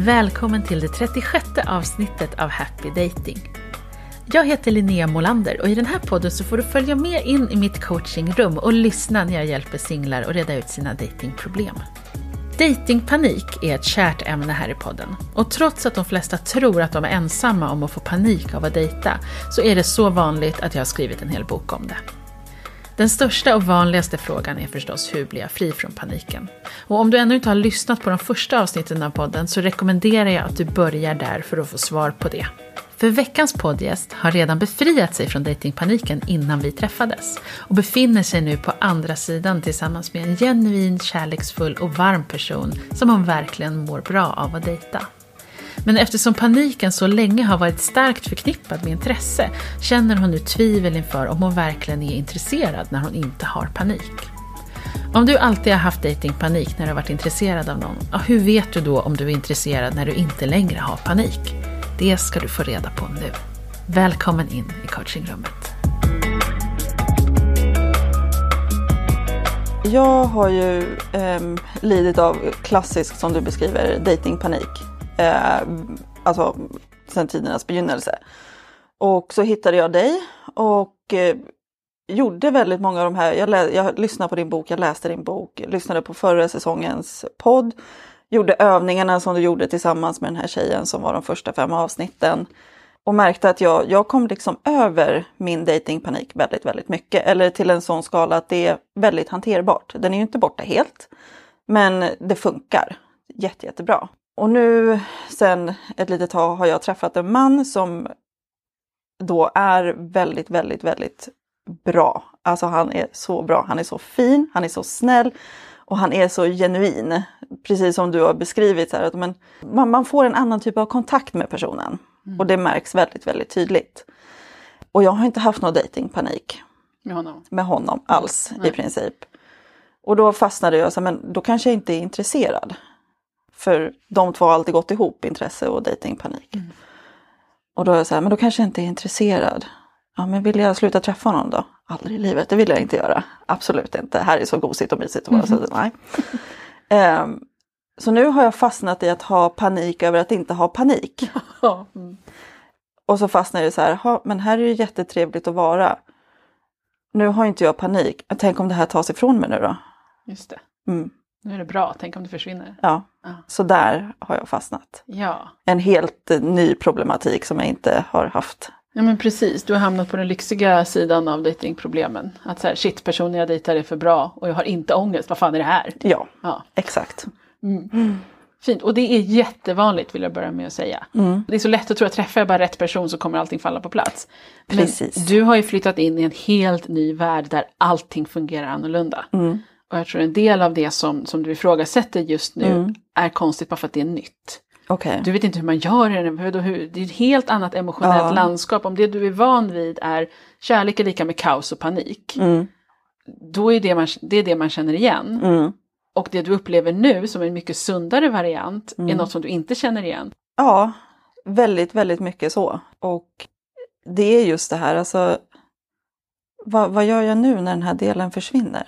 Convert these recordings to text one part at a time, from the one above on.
Välkommen till det 36:e avsnittet av Happy Dating. Jag heter Linnea Molander och i den här podden så får du följa med in i mitt coachingrum och lyssna när jag hjälper singlar att reda ut sina datingproblem. Datingpanik är ett kärt ämne här i podden. Och trots att de flesta tror att de är ensamma om att få panik av att dejta så är det så vanligt att jag har skrivit en hel bok om det. Den största och vanligaste frågan är förstås hur blir jag fri från paniken? Och om du ännu inte har lyssnat på de första avsnitten av podden så rekommenderar jag att du börjar där för att få svar på det. För veckans poddgäst har redan befriat sig från datingpaniken innan vi träffades och befinner sig nu på andra sidan tillsammans med en genuin, kärleksfull och varm person som hon verkligen mår bra av att dejta. Men eftersom paniken så länge har varit starkt förknippad med intresse känner hon nu tvivel inför om hon verkligen är intresserad när hon inte har panik. Om du alltid har haft datingpanik när du har varit intresserad av någon, hur vet du då om du är intresserad när du inte längre har panik? Det ska du få reda på nu. Välkommen in i coachingrummet. Jag har ju lidit av klassisk, som du beskriver, datingpanik. Alltså sedan tidernas begynnelse. Och så hittade jag dig och gjorde väldigt många av de här. Jag lyssnade på din bok, jag läste din bok, lyssnade på förra säsongens podd. Gjorde övningarna som du gjorde tillsammans med den här tjejen som var de första 5 avsnitten. Och märkte att jag kom liksom över min datingpanik väldigt, väldigt mycket. Eller till en sån skala att det är väldigt hanterbart. Den är ju inte borta helt. Men det funkar jättebra. Och nu sen ett litet tag har jag träffat en man som då är väldigt, väldigt, väldigt bra. Alltså han är så bra, han är så fin, han är så snäll och han är så genuin. Precis som du har beskrivit så här, att man får en annan typ av kontakt med personen. Och det märks väldigt, väldigt tydligt. Och jag har inte haft någon datingpanik med honom alls. Nej. I princip. Och då fastnade jag så här, men då kanske jag inte är intresserad. För de två har alltid gått ihop, intresse och datingpanik. Och då är jag så här, men då kanske jag inte är intresserad. Ja, men vill jag sluta träffa honom då? Aldrig i livet, det vill jag inte göra. Absolut inte. Här är så gosigt och mysigt. Så, nej. Så nu har jag fastnat i att ha panik över att inte ha panik. Och så fastnar jag så här, men här är det jättetrevligt att vara. Nu har inte jag panik. Tänk om det här tas ifrån mig nu då? Just det. Nu är det bra, tänk om det försvinner. Ja, så där har jag fastnat. Ja. En helt ny problematik som jag inte har haft. Ja men precis, du har hamnat på den lyxiga sidan av datingproblemen. Att så här, shit, personen jag dejtar är för bra och jag har inte ångest, vad fan är det här? Ja. Exakt. Fint, och det är jättevanligt vill jag börja med att säga. Det är så lätt att tro att träffar jag bara rätt person så kommer allting falla på plats. Precis. Men du har ju flyttat in i en helt ny värld där allting fungerar annorlunda. Och jag tror en del av det som du ifrågasätter just nu är konstigt bara för att det är nytt. Okay. Du vet inte hur man gör det. Det är ett helt annat emotionellt landskap. Om det du är van vid är kärlek är lika med kaos och panik. Då är det man känner igen. Och det du upplever nu som en mycket sundare variant är något som du inte känner igen. Ja, väldigt, väldigt mycket så. Och det är just det här. Alltså, vad gör jag nu när den här delen försvinner?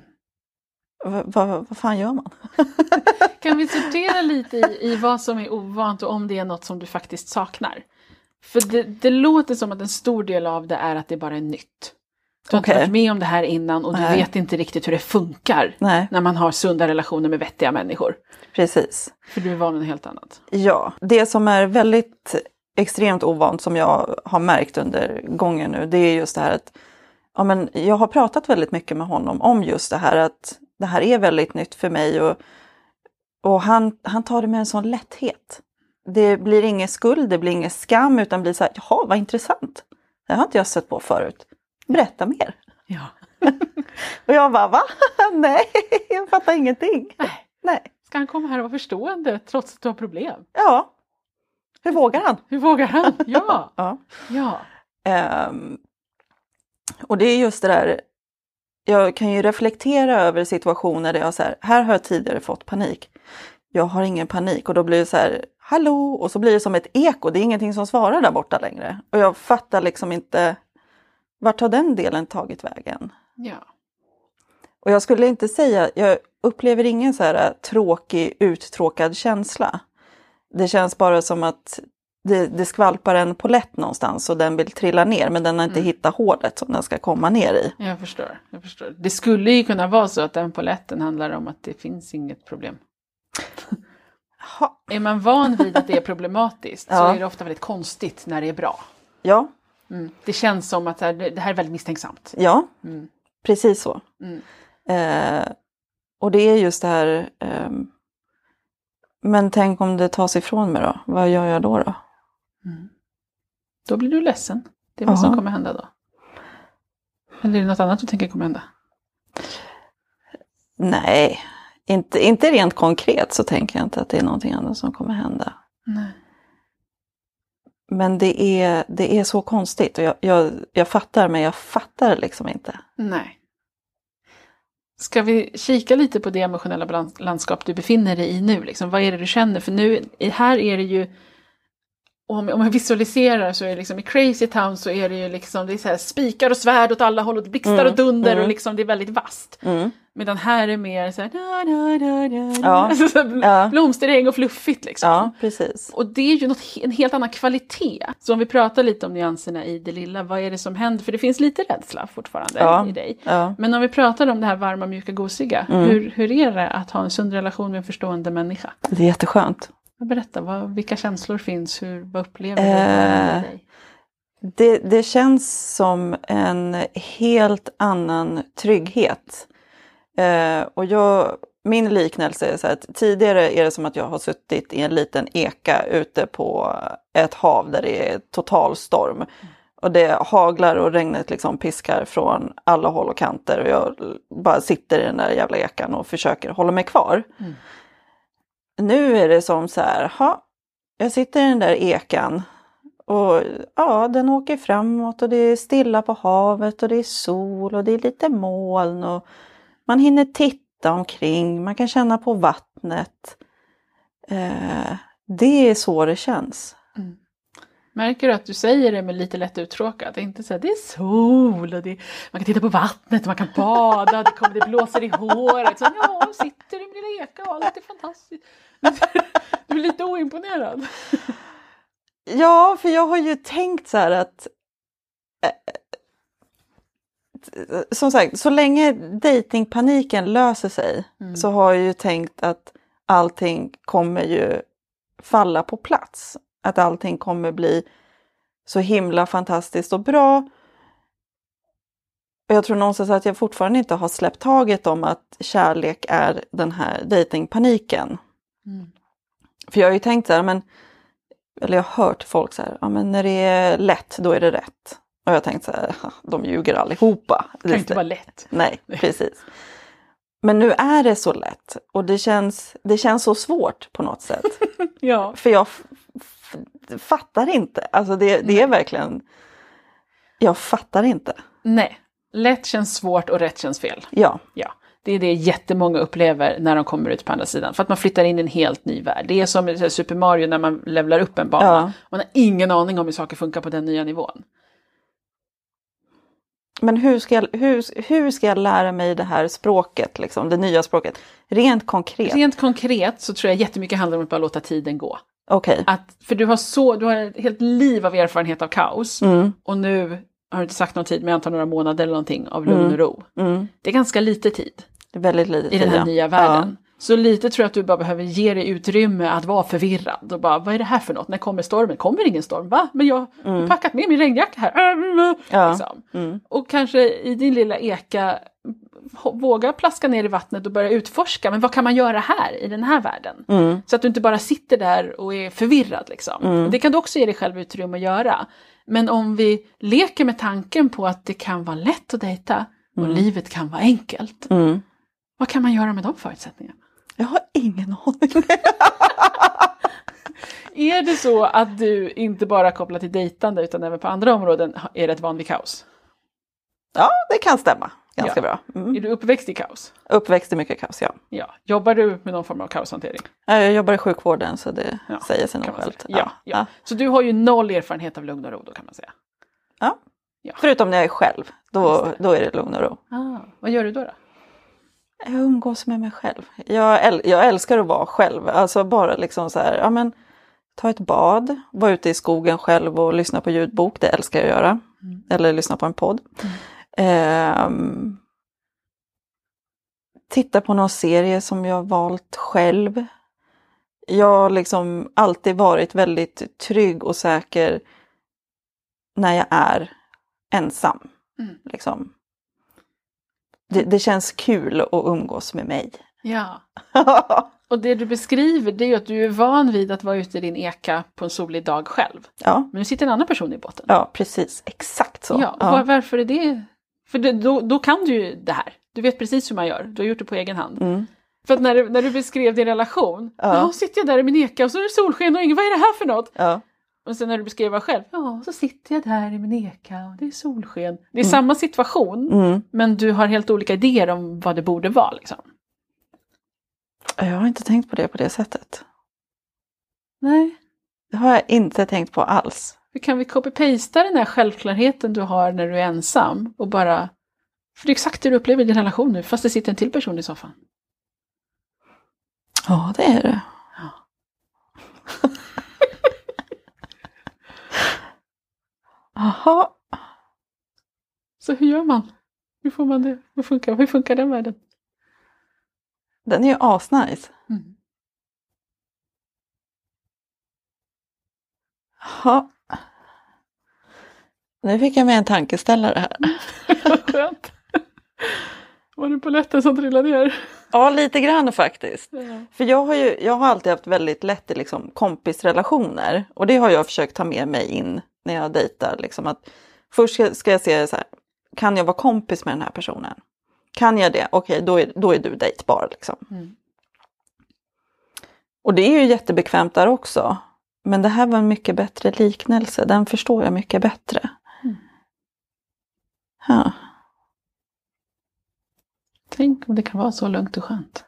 Vad fan gör man? Kan vi sortera lite i vad som är ovant och om det är något som du faktiskt saknar? För det låter som att en stor del av det är att det bara är nytt. Du har inte varit med om det här innan och du vet inte riktigt hur det funkar när man har sunda relationer med vettiga människor. Precis. För du är van vid något helt annat. Ja, det som är väldigt extremt ovant som jag har märkt under gången nu, det är just det här att jag har pratat väldigt mycket med honom om just det här att det här är väldigt nytt för mig och han tar det med en sån lätthet. Det blir ingen skuld, det blir ingen skam utan blir så här, jaha vad intressant. Det har inte jag sett på förut. Berätta mer. Ja. Och jag bara, va? Nej, jag fattar ingenting. Nej. Ska han komma här och vara förstående trots att du har problem? Ja. Hur vågar han? Ja. Ja. Och det är just det där, jag kan ju reflektera över situationer där jag så här har jag tidigare fått panik. Jag har ingen panik och då blir det så här, hallå, och så blir det som ett eko, det är ingenting som svarar där borta längre. Och jag fattar liksom inte, vart har den delen tagit vägen? Ja. Och jag skulle inte säga, jag upplever ingen så här tråkig, uttråkad känsla. Det känns bara som att det skvalpar en polett någonstans och den vill trilla ner, men den har inte hittat hålet som den ska komma ner i. Jag förstår. Det skulle ju kunna vara så att den poletten handlar om att det finns inget problem. Är man van vid att det är problematiskt så är det ofta väldigt konstigt när det är bra. Ja. Det känns som att det här är väldigt misstänksamt. Ja, precis så. Och det är just det här, men tänk om det tas ifrån mig då? Vad gör jag då? Då blir du ledsen. Det är vad som kommer hända då. Eller är det något annat du tänker kommer hända? Nej, inte rent konkret så tänker jag inte att det är någonting annat som kommer hända. Nej. Men det är så konstigt och jag fattar, men jag fattar liksom inte. Nej. Ska vi kika lite på det emotionella landskap du befinner dig i nu? Liksom? Vad är det du känner? För nu, här är det ju, om jag visualiserar så är det liksom i Crazy Town så är det ju liksom, det är så här spikar och svärd åt alla håll och blixtar och dunder och liksom det är väldigt vasst. Medan här är mer så här blomsteräng och fluffigt liksom. Ja, precis. Och det är ju en helt annan kvalitet. Så om vi pratar lite om nyanserna i det lilla, vad är det som händer? För det finns lite rädsla fortfarande i dig. Ja. Men om vi pratar om det här varma, mjuka, gosiga, hur är det att ha en sund relation med en förstående människa? Det är jätteskönt. Berätta, vilka känslor finns? Vad upplever du med dig? Det känns som en helt annan trygghet. Och min liknelse är så att tidigare är det som att jag har suttit i en liten eka ute på ett hav där det är total storm. Och det haglar och regnet liksom piskar från alla håll och kanter och jag bara sitter i den där jävla ekan och försöker hålla mig kvar. Nu är det som så här, jag sitter i den där ekan och den åker framåt och det är stilla på havet och det är sol och det är lite moln och man hinner titta omkring, man kan känna på vattnet. Det är så det känns. Märker du att du säger det med lite lätt uttråkat? Det är inte så här, det är sol och man kan titta på vattnet och man kan bada, det blåser i håret. Så, sitter i min lilla eka och allt är fantastiskt. Du är lite oimponerad. Ja, för jag har ju tänkt så här att som sagt, så länge datingpaniken löser sig så har jag ju tänkt att allting kommer ju falla på plats. Att allting kommer bli så himla fantastiskt och bra. Och jag tror någonstans att jag fortfarande inte har släppt taget om att kärlek är den här datingpaniken. För jag har ju tänkt så här, eller jag har hört folk så här, men när det är lätt då är det rätt. Och jag har tänkt så här, de ljuger allihopa. Det kan inte vara lätt. Nej, precis. Men nu är det så lätt och det känns så svårt på något sätt. Ja. För jag fattar inte. Alltså det är verkligen, jag fattar inte. Nej, lätt känns svårt och rätt känns fel. Ja. Det är det jättemånga upplever när de kommer ut på andra sidan. För att man flyttar in i en helt ny värld. Det är som i Super Mario när man levlar upp en bana. Ja. Man har ingen aning om hur saker funkar på den nya nivån. Men hur ska jag lära mig det här språket, liksom, det nya språket? Rent konkret? Rent konkret så tror jag jättemycket handlar om att bara låta tiden gå. Okej. För du har ett helt liv av erfarenhet av kaos. Och nu har du inte sagt någon tid, men jag antar några månader eller någonting av lugn och ro. Det är ganska lite tid. Det är väldigt lite tid. I den här nya världen. Ja. Så lite tror jag att du bara behöver ge dig utrymme att vara förvirrad. Och bara, vad är det här för något? När kommer stormen? Kommer ingen storm? Va? Men jag har packat med min regnjacka här. Liksom. Och kanske i din lilla eka våga plaska ner i vattnet och börja utforska. Men vad kan man göra här i den här världen? Så att du inte bara sitter där och är förvirrad. Liksom. Det kan du också ge dig själv utrymme att göra. Men om vi leker med tanken på att det kan vara lätt att dejta och livet kan vara enkelt. Vad kan man göra med de förutsättningarna? Jag har ingen aning. Är det så att du inte bara kopplar till dejtande utan även på andra områden är det ett vanligt kaos? Ja, det kan stämma. Ganska bra. Är du uppväxt i kaos? Uppväxt i mycket kaos, ja. Jobbar du med någon form av kaoshantering? Jag jobbar i sjukvården så det säger sig nog självt. Ja. Så du har ju noll erfarenhet av lugn och ro då kan man säga. Ja. Förutom när jag är själv. Då är det lugn och ro. Vad gör du då? Jag umgås med mig själv. Jag älskar att vara själv. Alltså bara liksom så här, ta ett bad, vara ute i skogen själv och lyssna på ljudbok, det älskar jag att göra. Eller lyssna på en podd. Titta på någon serie som jag valt själv. Jag har liksom alltid varit väldigt trygg och säker när jag är ensam. Liksom. Det känns kul att umgås med mig. Ja. Och det du beskriver, det är ju att du är van vid att vara ute i din eka på en solig dag själv. Ja. Men nu sitter en annan person i båten. Ja, precis. Exakt så. Ja, och varför är det? För då kan du ju det här. Du vet precis hur man gör. Du har gjort det på egen hand. För att när du beskrev din relation. Ja, sitter jag där i min eka och så är det solsken och ingen. Vad är det här för något? Ja. Och sen när du beskrev dig själv. Ja, så sitter jag där i min eka och det är solsken. Det är samma situation. Men du har helt olika idéer om vad det borde vara liksom. Jag har inte tänkt på det sättet. Nej. Det har jag inte tänkt på alls. Hur kan vi copy-pasta den här självklarheten du har när du är ensam och bara... För det är exakt det du upplever i din relation nu, fast det sitter en till person i soffan. Ja, det är det. Ja. Aha. Så hur gör man? Hur får man det? Hur funkar den världen? Den är ju asnice. Ja. Nu fick jag med en tankeställare här. Skönt. Var det polletten som trillade ner? Ja, lite grann faktiskt. Ja. För jag har alltid haft väldigt lätt i liksom kompisrelationer. Och det har jag försökt ta med mig in när jag dejtar. Liksom att först ska jag se så här, kan jag vara kompis med den här personen? Kan jag det? Okej, då är du dejtbar liksom. Och det är ju jättebekvämt där också. Men det här var en mycket bättre liknelse. Den förstår jag mycket bättre. Ja. Tänk om det kan vara så lugnt och skönt.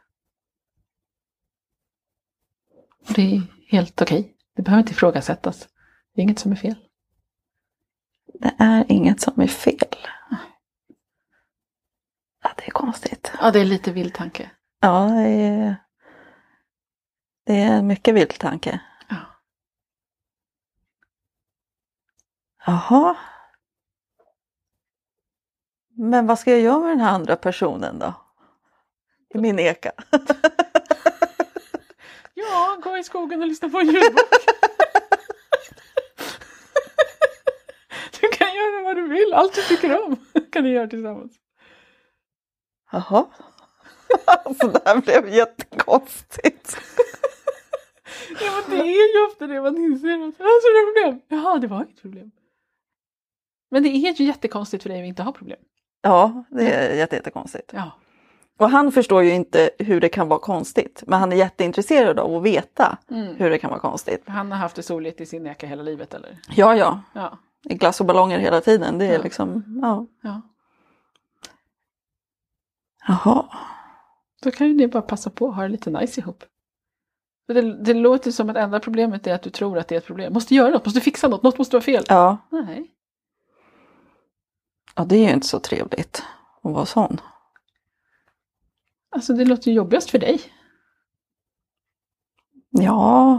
Det är helt okej. Det behöver inte ifrågasättas. Det är inget som är fel. Det är inget som är fel. Ja, det är konstigt. Ja, det är lite vild tanke. Ja, det är en mycket vild tanke. Ja. Jaha. Men vad ska jag göra med den här andra personen då? I min eka. Ja, gå i skogen och lyssna på en ljudbok. Du kan göra vad du vill. Allt du tycker om kan ni göra tillsammans. Jaha. Alltså det här blev jättekonstigt. Ja, men det är ju ofta det man inser. Alltså det är problem. Jaha, det var inget problem. Men det är ju jättekonstigt för dig att inte ha problem. Ja, det är jättekonstigt. Ja. Och han förstår ju inte hur det kan vara konstigt. Men han är jätteintresserad av att veta hur det kan vara konstigt. Han har haft det soligt i sin eka hela livet, eller? Ja. Ja. I glass och ballonger hela tiden. Det är liksom, Ja. Jaha. Då kan ju ni bara passa på att ha det lite nice ihop. Det låter som att enda problemet är att du tror att det är ett problem. Måste göra något, måste fixa något måste vara fel. Ja. Nej. Ja, det är ju inte så trevligt att vara sån. Alltså det låter ju jobbigast för dig. Ja.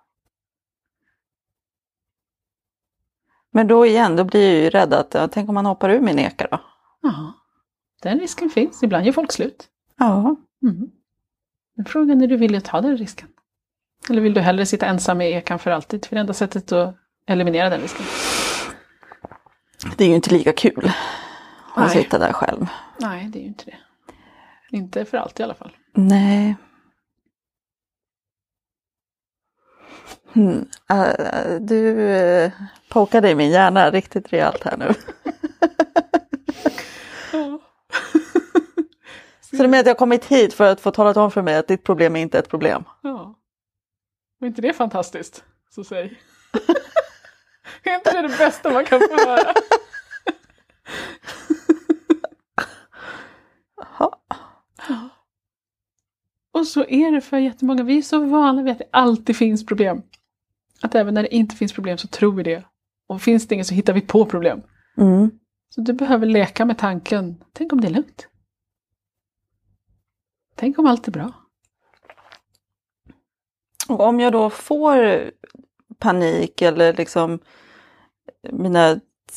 Men då blir jag ju rädd att, tänk om man hoppar ur min eka då? Ja, den risken finns. Ibland gör folk slut. Ja. Men frågan är, du vill ju ta den risken. Eller vill du hellre sitta ensam i ekan för alltid? För det enda sättet att eliminera den risken. Det är ju inte lika kul att sitta där själv. Nej, det är ju inte det. Inte för alltid i alla fall. Nej. Du pokade i min hjärna riktigt rejält här nu. Ja. Så det med att jag kommit hit för att få talat om för mig att ditt problem är inte ett problem. Ja. Var inte det fantastiskt? Så säg. Är inte det bästa man kan få höra? Och så är det för jättemånga. Vi är så vana vid att det alltid finns problem. Att även när det inte finns problem så tror vi det. Och finns det inget så hittar vi på problem. Så du behöver leka med tanken. Tänk om det är lugnt. Tänk om allt är bra. Och om jag då får panik eller liksom mina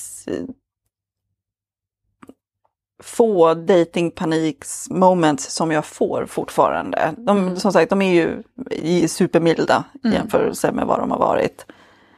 få datingpaniks moments som jag får fortfarande. Som sagt, de är ju supermilda i jämförelse med vad de har varit.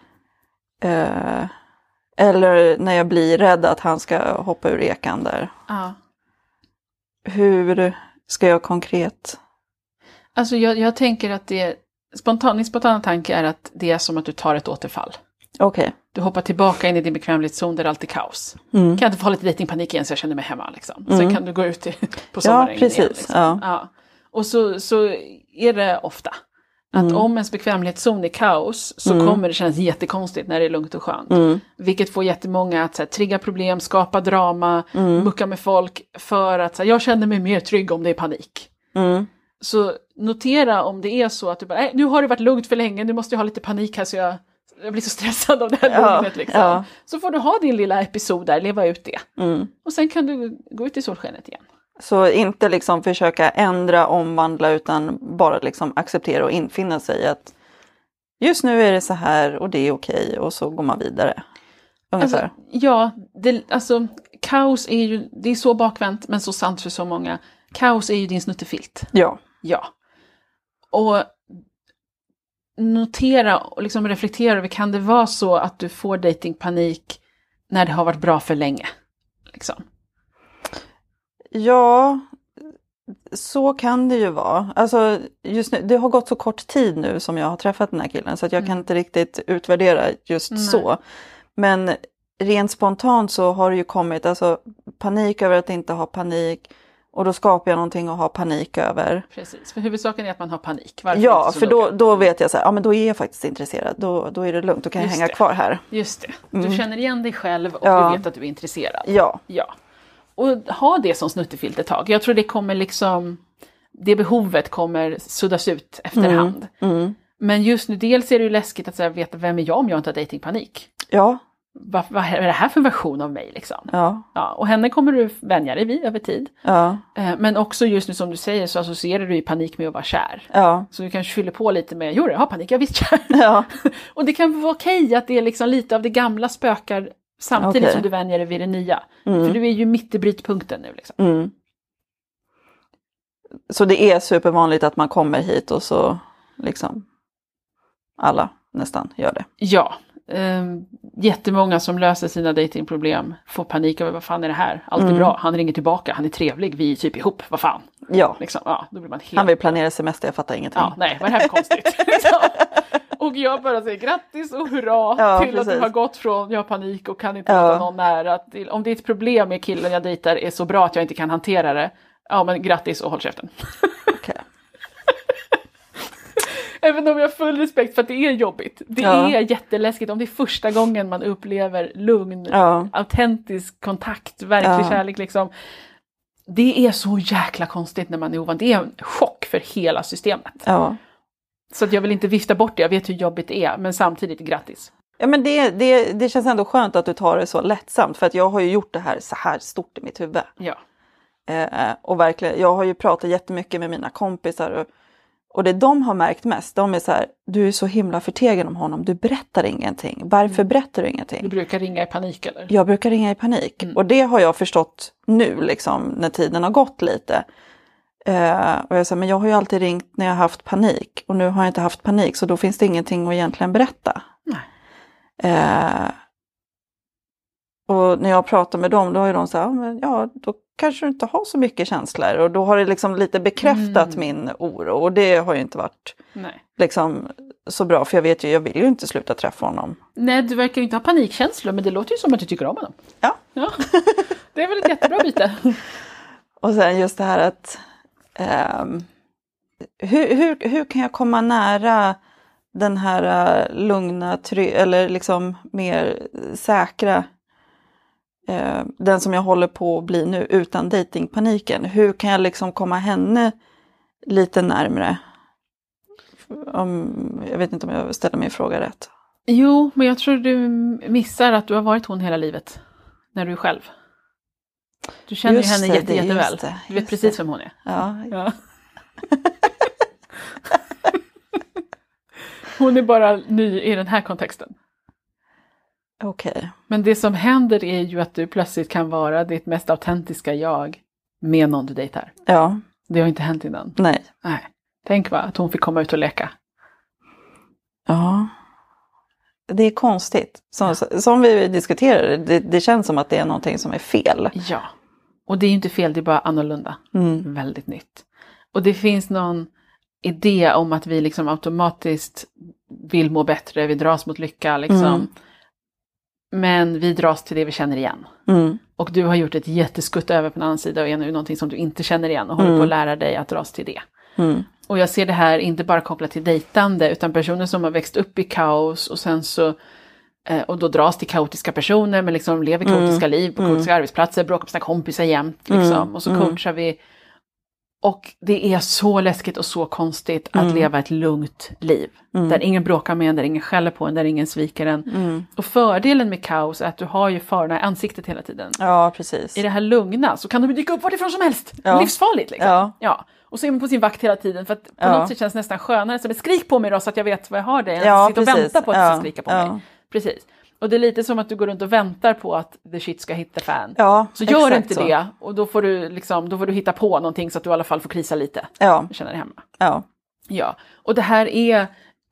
Eller när jag blir rädd att han ska hoppa ur ekan där. Ja. Hur ska jag konkret? Alltså jag tänker att min spontana tanke är att det är som att du tar ett återfall. Okej. Du hoppar tillbaka in i din bekvämlighetszon där allt är kaos. Kan jag inte få lite datingpanik igen så jag känner mig hemma liksom. Sen kan du gå ut på sommaren igen. Liksom. Ja. Och så är det ofta. Att om ens bekvämlighetszon är kaos så kommer det kännas jättekonstigt när det är lugnt och skönt. Vilket får jättemånga att så här, trigga problem, skapa drama, mucka med folk för att så här, jag känner mig mer trygg om det är panik. Så notera om det är så att du bara, nu har det varit lugnt för länge, nu måste jag ha lite panik här så jag blir så stressad av det här lugnet liksom. Ja. Så får du ha din lilla episod där, leva ut det. Och sen kan du gå ut i solskenet igen. Så inte liksom försöka ändra, omvandla utan bara liksom acceptera och infinna sig att just nu är det så här och det är okej och så går man vidare. Ungefär. Alltså, kaos är ju, det är så bakvänt men så sant för så många. Kaos är ju din snuttefilt. Ja. Och notera och liksom reflektera över, kan det vara så att du får datingpanik när det har varit bra för länge? Liksom. Ja, så kan det ju vara. Alltså just nu, det har gått så kort tid nu som jag har träffat den här killen så att jag kan inte riktigt utvärdera just så. Men rent spontant så har det ju kommit alltså, panik över att inte ha panik. Och då skapar jag någonting att ha panik över. Precis, för huvudsaken är att man har panik. Varför ja, för då vet jag så här, ja men då är jag faktiskt intresserad. Då är det lugnt, då kan jag hänga kvar här. Just det, du känner igen dig själv och du vet att du är intresserad. Ja. Och ha det som snuttefilt ett tag. Jag tror det kommer liksom, det behovet kommer suddas ut efterhand. Men just nu, dels är det ju läskigt att så här, veta vem är jag om jag inte har datingpanik. Ja. Vad är det här för version av mig liksom? Ja, och henne kommer du vänja dig vid över tid. Men också just nu som du säger så associerar du i panik med att vara kär. Så du kanske fyller på lite med, jag har panik, jag är visst kär. Och det kan vara okej att det är liksom lite av det gamla spökar samtidigt som du vänjer dig vid det nya. För du är ju mitt i brytpunkten nu liksom. Så det är supervanligt att man kommer hit och så liksom alla nästan gör det. Ja. Jättemånga som löser sina datingproblem får panik över vad fan är det här? Allt är bra, han ringer tillbaka, han är trevlig, vi är typ ihop, vad fan? Liksom, då blir man helt... Han vill planera semester, jag fattar ingenting. Nej, vad är det här för konstigt? Och jag bara säger grattis och hurra till att du har gått från jag har panik och kan inte låta någon nära. Till, om det är ett problem med killen jag dejtar är så bra att jag inte kan hantera det, men grattis och håll käften. Okej. Även om jag har full respekt för att det är jobbigt. Det är jätteläskigt om det är första gången man upplever lugn, autentisk kontakt, verklig kärlek liksom. Det är så jäkla konstigt när man är ovan. Det är en chock för hela systemet. Så att jag vill inte vifta bort det. Jag vet hur jobbigt det är, men samtidigt grattis. Ja, men det känns ändå skönt att du tar det så lättsamt. För att jag har ju gjort det här så här stort i mitt huvud. Och verkligen, jag har ju pratat jättemycket med mina kompisar och det de har märkt mest, de är så här, du är så himla förtegen om honom, du berättar ingenting. Varför berättar du ingenting? Du brukar ringa i panik eller? Jag brukar ringa i panik. Och det har jag förstått nu liksom, när tiden har gått lite. Och jag säger, men jag har ju alltid ringt när jag har haft panik. Och nu har jag inte haft panik, så då finns det ingenting att egentligen berätta. Och när jag pratar med dem, då är de så här, då kanske du inte har så mycket känslor. Och då har det liksom lite bekräftat min oro. Och det har ju inte varit liksom så bra. För jag vet ju, jag vill ju inte sluta träffa honom. Nej, du verkar ju inte ha panikkänslor. Men det låter ju som att du tycker om honom. Ja. Det är väl ett jättebra byte. Och sen just det här att hur kan jag komma nära den här lugna, eller liksom mer säkra, den som jag håller på att bli nu utan datingpaniken. Hur kan jag liksom komma henne lite närmare? Jag vet inte om jag ställer min fråga rätt. Jo, men jag tror du missar att du har varit hon hela livet. När du är själv. Du känner ju henne jätteväl. Du vet precis vem hon är. Ja. Hon är bara ny i den här kontexten. Okej. Men det som händer är ju att du plötsligt kan vara ditt mest autentiska jag med någon du dejtar. Ja. Det har inte hänt innan. Nej. Tänk att hon fick komma ut och leka. Ja. Det är konstigt. Som vi diskuterade, det känns som att det är någonting som är fel. Ja. Och det är ju inte fel, det är bara annorlunda. Väldigt nytt. Och det finns någon idé om att vi liksom automatiskt vill må bättre, vi dras mot lycka liksom. Men vi dras till det vi känner igen. Och du har gjort ett jätteskutt över på en annan sida och är nu någonting som du inte känner igen och håller på att lära dig att dras till det. Och jag ser det här inte bara kopplat till dejtande utan personer som har växt upp i kaos och sen så och då dras till kaotiska personer men liksom lever kaotiska liv på kaotiska arbetsplatser, bråkar med sina kompisar jämt liksom. Och så coachar vi. Och det är så läskigt och så konstigt att leva ett lugnt liv. Där ingen bråkar med en, där ingen skäller på en, där ingen sviker en. Och fördelen med kaos är att du har ju farorna i ansiktet hela tiden. Ja, precis. I det här lugna så kan de dyka upp vartifrån som helst. Ja. Livsfarligt liksom. Ja. Och så är man på sin vakt hela tiden för att på något sätt känns det nästan skönare. Så skrik på mig då så att jag vet vad jag har dig. Jag sitter och väntar på att du ska skrika på mig. Precis. Och det är lite som att du går runt och väntar på att the shit ska hitta fan. Ja, så gör inte så. Det och då får du hitta på någonting så att du i alla fall får krisa lite. Ja. Känner dig hemma. Ja. Och det här är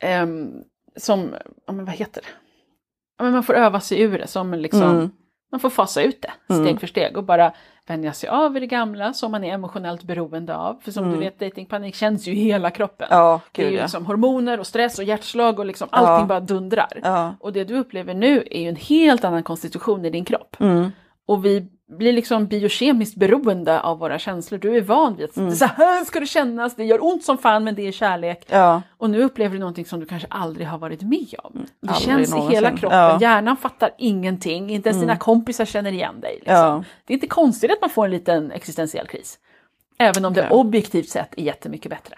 som, vad heter det? Man får öva sig ur det som liksom, man får fasa ut det steg för steg och bara vänja sig av i det gamla som man är emotionellt beroende av. För som du vet, datingpanik känns ju i hela kroppen. Ja, det är ju liksom hormoner och stress och hjärtslag och liksom allting bara dundrar. Ja. Och det du upplever nu är ju en helt annan konstitution i din kropp. Och vi blir liksom biokemiskt beroende av våra känslor. Du är van vid att så här ska det kännas, det gör ont som fan men det är kärlek. Ja. Och nu upplever du någonting som du kanske aldrig har varit med om. Det Aldrig känns någonsin. i hela kroppen, hjärnan fattar ingenting, inte ens dina kompisar känner igen dig. Liksom. Det är inte konstigt att man får en liten existentiell kris. Även om det objektivt sett är jättemycket bättre.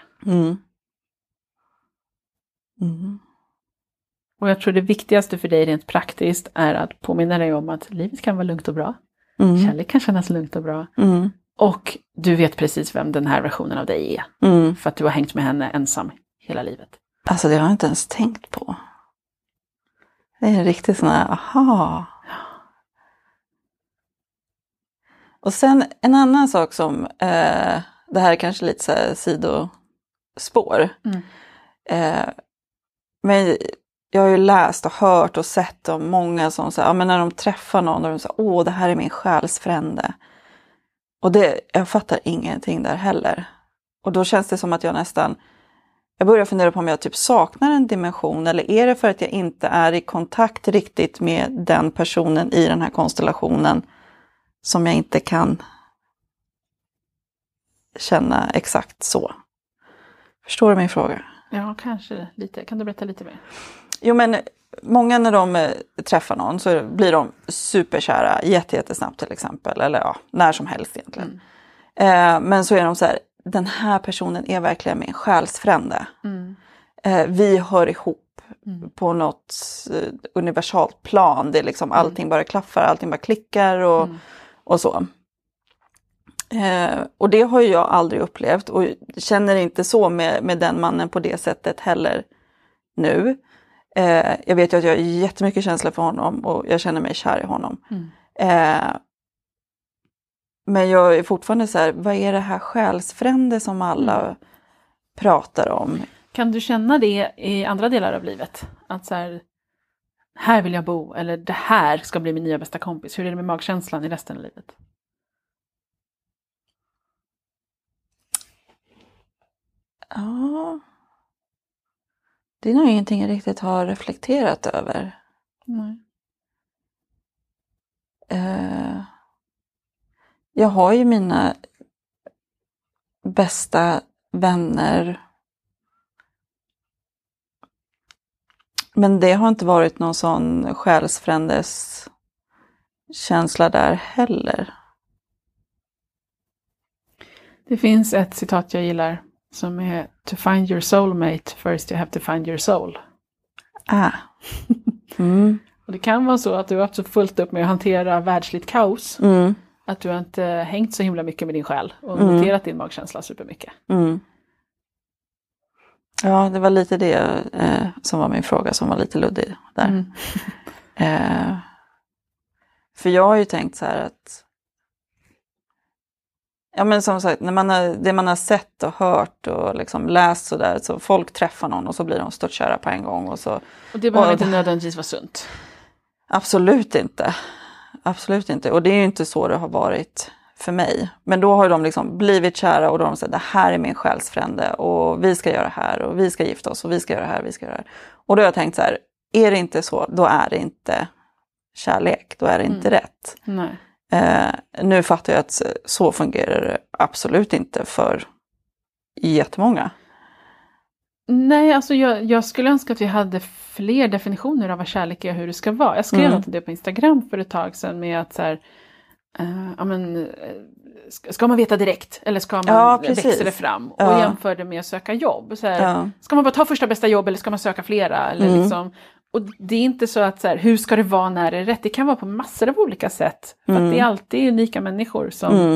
Och jag tror det viktigaste för dig rent praktiskt är att påminna dig om att livet kan vara lugnt och bra. Kärlek kan kännas lugnt och bra. Och du vet precis vem den här versionen av dig är. För att du har hängt med henne ensam hela livet. Alltså det har jag inte ens tänkt på. Det är en riktigt sån här, aha. Och sen en annan sak som, det här är kanske lite så här sidospår. Men jag har ju läst och hört och sett om många som säger, men när de träffar någon och de säger, det här är min själsfrände. Och jag fattar ingenting där heller. Och då känns det som att jag börjar fundera på om jag typ saknar en dimension. Eller är det för att jag inte är i kontakt riktigt med den personen i den här konstellationen som jag inte kan känna exakt så. Förstår du min fråga? Ja, kanske lite. Kan du berätta lite mer? Jo, men många när de träffar någon så blir de superkära jättesnabbt till exempel. Eller när som helst egentligen. Men så är de så här, den här personen är verkligen min själsfrände. Vi hör ihop på något universalt plan. Det är liksom allting bara klaffar, allting bara klickar och så. Och det har jag aldrig upplevt och känner inte så med den mannen på det sättet heller nu. Jag vet ju att jag har jättemycket känsla för honom och jag känner mig kär i honom. Men jag är fortfarande så här, vad är det här själsfrände som alla pratar om? Kan du känna det i andra delar av livet? Att så här vill jag bo eller det här ska bli min nya bästa kompis. Hur är det med magkänslan i resten av livet? Ja, det är nog ingenting jag riktigt har reflekterat över. Nej. Jag har ju mina bästa vänner. Men det har inte varit någon sån själsfrändes känsla där heller. Det finns ett citat jag gillar som är to find your soulmate first you have to find your soul. Och det kan vara så att du har haft så fullt upp med att hantera världsligt kaos. Att du har inte hängt så himla mycket med din själ och noterat din magkänsla supermycket. Ja, det var lite det som var min fråga som var lite luddig där. För jag har ju tänkt så här att ja, men som sagt, det man har sett och hört och liksom läst så där, så folk träffar någon och så blir de störtkära på en gång. Och det behöver inte nödvändigtvis vara sunt. Absolut inte. Absolut inte. Och det är ju inte så det har varit för mig. Men då har de liksom blivit kära och då har de sagt, det här är min själsfrände och vi ska göra det här och vi ska gifta oss och vi ska göra det här, vi ska göra det här. Och då har jag tänkt så här, är det inte så, då är det inte kärlek, då är det inte rätt. Nej. Nu fattar jag att så fungerar det absolut inte för jättemånga. Nej, alltså jag skulle önska att vi hade fler definitioner av vad kärlek är och hur det ska vara. Jag skrev något om det på Instagram för ett tag sedan med att så här, ska man veta direkt eller ska man växa det fram? Och jämför det med att söka jobb. Så här, ska man bara ta första bästa jobb eller ska man söka flera? Eller liksom, och det är inte så att så här, hur ska det vara när det är rätt? Det kan vara på massor av olika sätt. För att det är alltid unika människor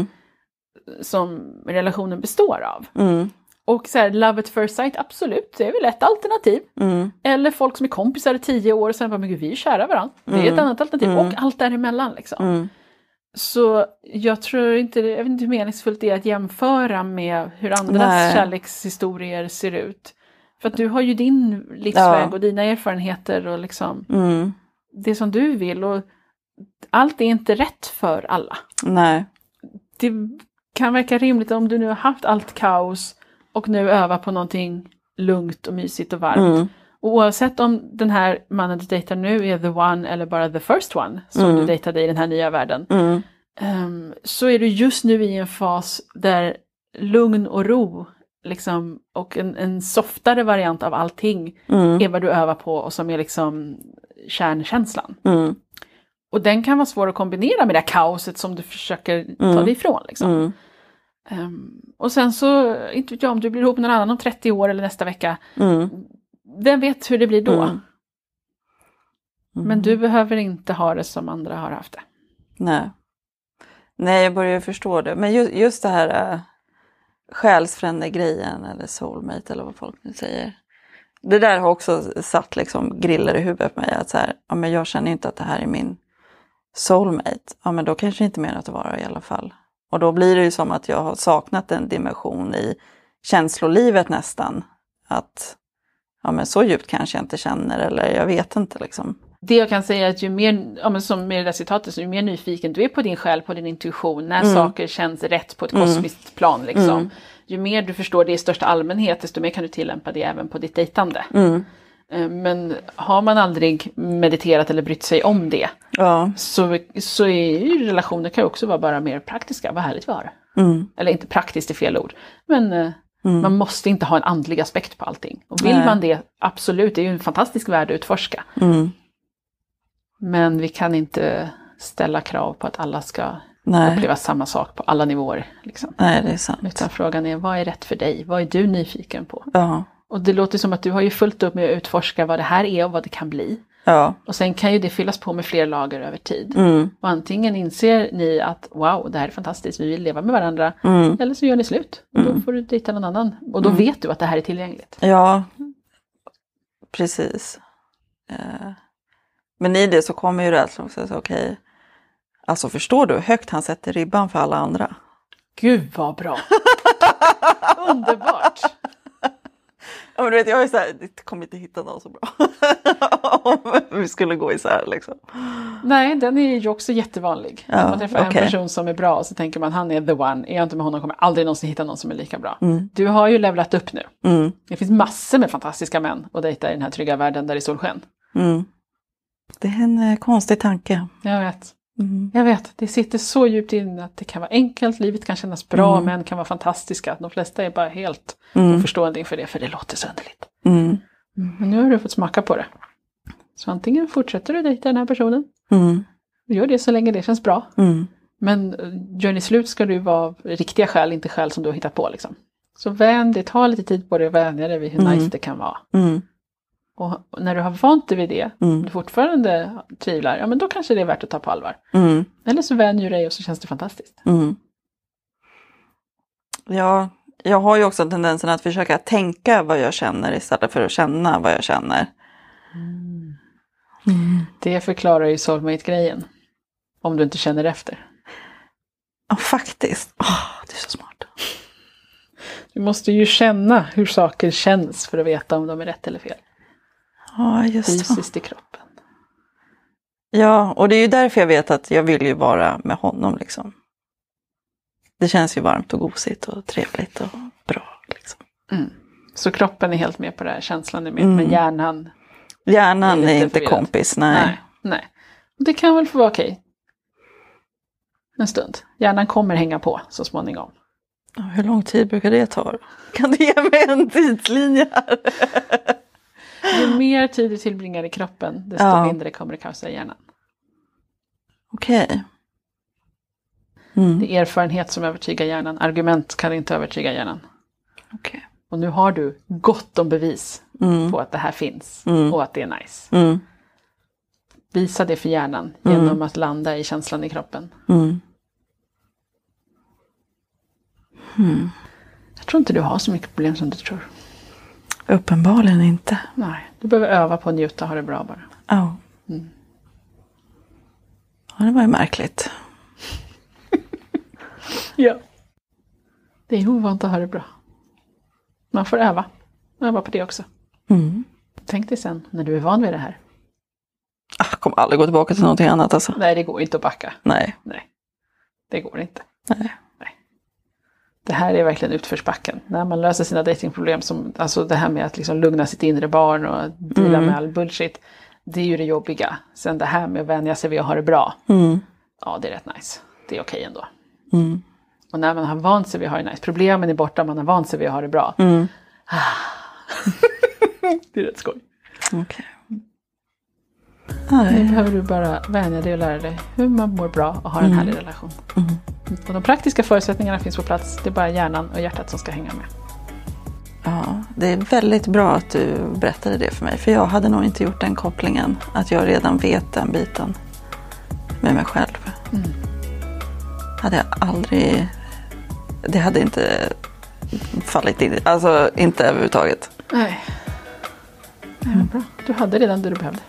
som relationen består av. Och så här, love at first sight, absolut, det är väl ett alternativ. Eller folk som är kompisar i 10 år och sen bara, men gud, vi är kära varandra. Det är ett annat alternativ. Och allt däremellan liksom. Så jag tror inte, jag vet inte hur meningsfullt det är att jämföra med hur andras kärlekshistorier ser ut. För att du har ju din livsväg och dina erfarenheter och liksom det som du vill. Och allt är inte rätt för alla. Nej. Det kan verka rimligt om du nu har haft allt kaos och nu övar på någonting lugnt och mysigt och varmt. Och oavsett om den här mannen du dejtar nu är the one eller bara the first one som du dejtade i den här nya världen. Så är du just nu i en fas där lugn och ro liksom, och en softare variant av allting är vad du övar på och som är liksom kärnkänslan. Och den kan vara svår att kombinera med det här kaoset som du försöker ta dig ifrån liksom. Och sen så, inte vet jag om du blir ihop med någon annan om 30 år eller nästa vecka. Vem vet hur det blir då? Men du behöver inte ha det som andra har haft det. Nej, jag börjar förstå det. Men just det här själsfrände grejen eller soulmate eller vad folk nu säger. Det där har också satt liksom griller i huvudet på mig. Att så här, ja, men jag känner inte att det här är min soulmate. Ja, men då kanske inte mer att vara i alla fall. Och då blir det ju som att jag har saknat en dimension i känslolivet nästan. Att ja, men så djupt kanske jag inte känner eller jag vet inte liksom. Det jag kan säga är att ju mer, ja, men som med det där citatet, så ju mer nyfiken du är på din själ, på din intuition, när saker känns rätt på ett kosmiskt plan liksom. Ju mer du förstår det i största allmänhet, desto mer kan du tillämpa det även på ditt dejtande. Men har man aldrig mediterat eller brytt sig om det, så är ju relationer kan ju också vara bara mer praktiska. Vad härligt vi har. Eller inte praktiskt är fel ord. Men man måste inte ha en andlig aspekt på allting. Och vill man det, absolut, det är ju en fantastisk värld att utforska. Men vi kan inte ställa krav på att alla ska uppleva samma sak på alla nivåer. Liksom. Nej, det är sant. Utan frågan är, vad är rätt för dig? Vad är du nyfiken på? Ja. Och det låter som att du har ju fullt upp med att utforska vad det här är och vad det kan bli. Ja. Och sen kan ju det fyllas på med fler lager över tid. Och antingen inser ni att wow, det här är fantastiskt, vi vill leva med varandra. Eller så gör ni slut. Och då får du dejta någon annan. Och då vet du att det här är tillgängligt. Ja, precis. Men i det så kommer ju rädslan också. Okej. Alltså förstår du hur högt han sätter ribban för alla andra? Gud vad bra! Underbart! Ja, men du vet, jag är så här, det kommer inte hitta någon så bra. Om vi skulle gå isär liksom. Nej, den är ju också jättevanlig. Ja, man träffar en person som är bra och så tänker man, han är the one. Är jag inte med honom kommer jag aldrig någonsin hitta någon som är lika bra. Du har ju levlat upp nu. Det finns massor med fantastiska män att dejta i den här trygga världen där det är solsken. Det är en konstig tanke. Jag vet. Jag vet, det sitter så djupt in att det kan vara enkelt, livet kan kännas bra, men kan vara fantastiska. De flesta är bara helt oförstående inför det, för det låter så underligt. Men nu har du fått smaka på det. Så antingen fortsätter du dejta den här personen, gör det så länge det känns bra. Men gör ni slut ska du vara riktiga skäl, inte skäl som du har hittat på. Liksom. Så vän det, ta lite tid på det och vänja dig vid hur nice det kan vara. Och när du har vant dig vid det, du fortfarande tvivlar, ja men då kanske det är värt att ta på allvar. Eller så vänjer du dig och så känns det fantastiskt. Ja, jag har ju också tendensen att försöka tänka vad jag känner istället för att känna vad jag känner. Det förklarar ju soulmate-grejen. Om du inte känner efter. Ja, faktiskt. Det är så smart. Du måste ju känna hur saker känns för att veta om de är rätt eller fel. Ja, just det. Fysiskt i kroppen. Ja, och det är ju därför jag vet att jag vill ju vara med honom liksom. Det känns ju varmt och gosigt och trevligt och bra liksom. Så kroppen är helt med på det här, känslan är med, men hjärnan är inte kompis, nej. Det kan väl få vara okej. En stund. Hjärnan kommer hänga på så småningom. Hur lång tid brukar det ta? Kan du ge mig en tidslinje här? Ju mer tid du tillbringar i kroppen, desto mindre kommer det kaosa i hjärnan. Okej. Det är erfarenhet som övertygar hjärnan. Argument kan inte övertyga hjärnan. Okej. Och nu har du gott om bevis på att det här finns och att det är nice. Visa det för hjärnan genom att landa i känslan i kroppen. Jag tror inte du har så mycket problem som du tror. Uppenbarligen inte. Nej, du behöver öva på att njuta och ha det bra bara. Ja. Ja, det var ju märkligt. Ja. Det är ovant att ha det bra. Man får öva. Öva på det också. Tänk dig sen när du är van vid det här. Jag kommer aldrig gå tillbaka till någonting annat alltså. Nej, det går inte att backa. Nej. Det går inte. Nej. Det här är verkligen utförsbacken. När man löser sina datingproblem, som, alltså det här med att liksom lugna sitt inre barn och deala med all bullshit. Det är ju det jobbiga. Sen det här med att vänja sig vid att ha det bra. Ja, det är rätt nice. Det är okej ändå. Och när man har vant sig vid att ha det nice. Problemen är borta, man har vant sig vid att ha det bra. Det är rätt skoj. Okej. Nu behöver du bara vänja dig och lära dig hur man mår bra och har en härlig relation. Och de praktiska förutsättningarna finns på plats. Det är bara hjärnan och hjärtat som ska hänga med. Ja, det är väldigt bra att du berättade det för mig. För jag hade nog inte gjort den kopplingen. Att jag redan vet den biten med mig själv. Hade jag aldrig... Det hade inte fallit in. Alltså inte överhuvudtaget. Nej. Det var bra. Du hade redan det du behövde.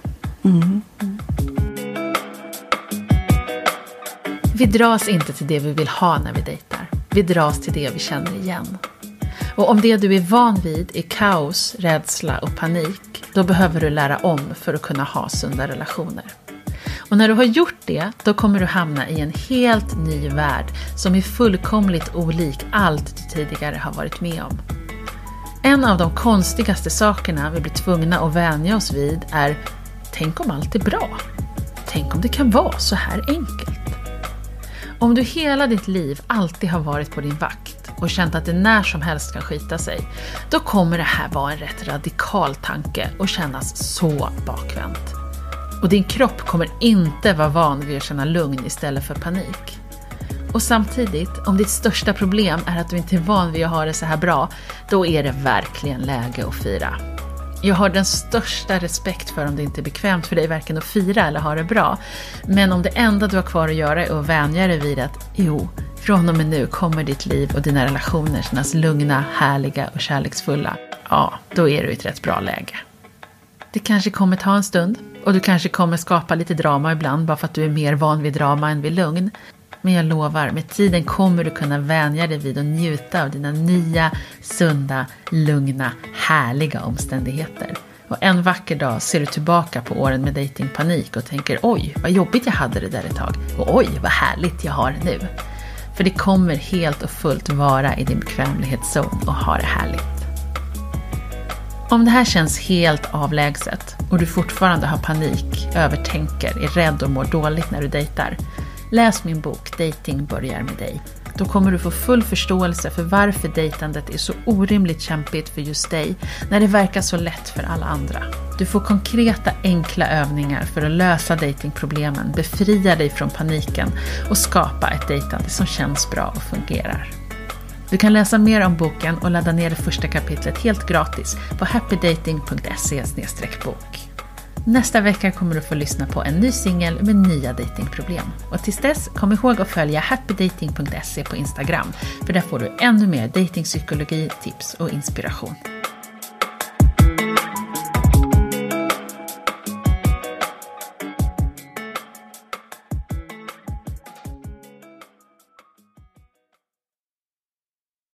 Vi dras inte till det vi vill ha när vi dejtar. Vi dras till det vi känner igen. Och om det du är van vid är kaos, rädsla och panik, då behöver du lära om för att kunna ha sunda relationer. Och när du har gjort det, då kommer du hamna i en helt ny värld som är fullkomligt olik allt du tidigare har varit med om. En av de konstigaste sakerna vi blir tvungna att vänja oss vid är: tänk om allt är bra? Tänk om det kan vara så här enkelt? Om du hela ditt liv alltid har varit på din vakt och känt att det när som helst kan skita sig, då kommer det här vara en rätt radikal tanke och kännas så bakvänt. Och din kropp kommer inte vara van vid att känna lugn istället för panik. Och samtidigt, om ditt största problem är att du inte är van vid att ha det så här bra, då är det verkligen läge att fira. Jag har den största respekt för om det inte är bekvämt för dig varken att fira eller ha det bra. Men om det enda du har kvar att göra är att vänja dig vid att från och med nu kommer ditt liv och dina relationer kännas lugna, härliga och kärleksfulla. Ja, då är du i ett rätt bra läge. Det kanske kommer ta en stund och du kanske kommer skapa lite drama ibland bara för att du är mer van vid drama än vid lugn. Men jag lovar, med tiden kommer du kunna vänja dig vid och njuta av dina nya, sunda, lugna, härliga omständigheter. Och en vacker dag ser du tillbaka på åren med datingpanik och tänker: oj, vad jobbigt jag hade det där ett tag. Och oj, vad härligt jag har det nu. För det kommer helt och fullt vara i din bekvämlighetszon och ha det härligt. Om det här känns helt avlägset och du fortfarande har panik, övertänker, är rädd och mår dåligt när du dejtar, läs min bok Dating börjar med dig. Då kommer du få full förståelse för varför dejtandet är så orimligt kämpigt för just dig när det verkar så lätt för alla andra. Du får konkreta, enkla övningar för att lösa datingproblemen, befria dig från paniken och skapa ett dejtande som känns bra och fungerar. Du kan läsa mer om boken och ladda ner det första kapitlet helt gratis på happydating.se/bok. Nästa vecka kommer du få lyssna på en ny singel med nya datingproblem. Och tills dess, kom ihåg att följa happydating.se på Instagram, för där får du ännu mer datingpsykologi, tips och inspiration.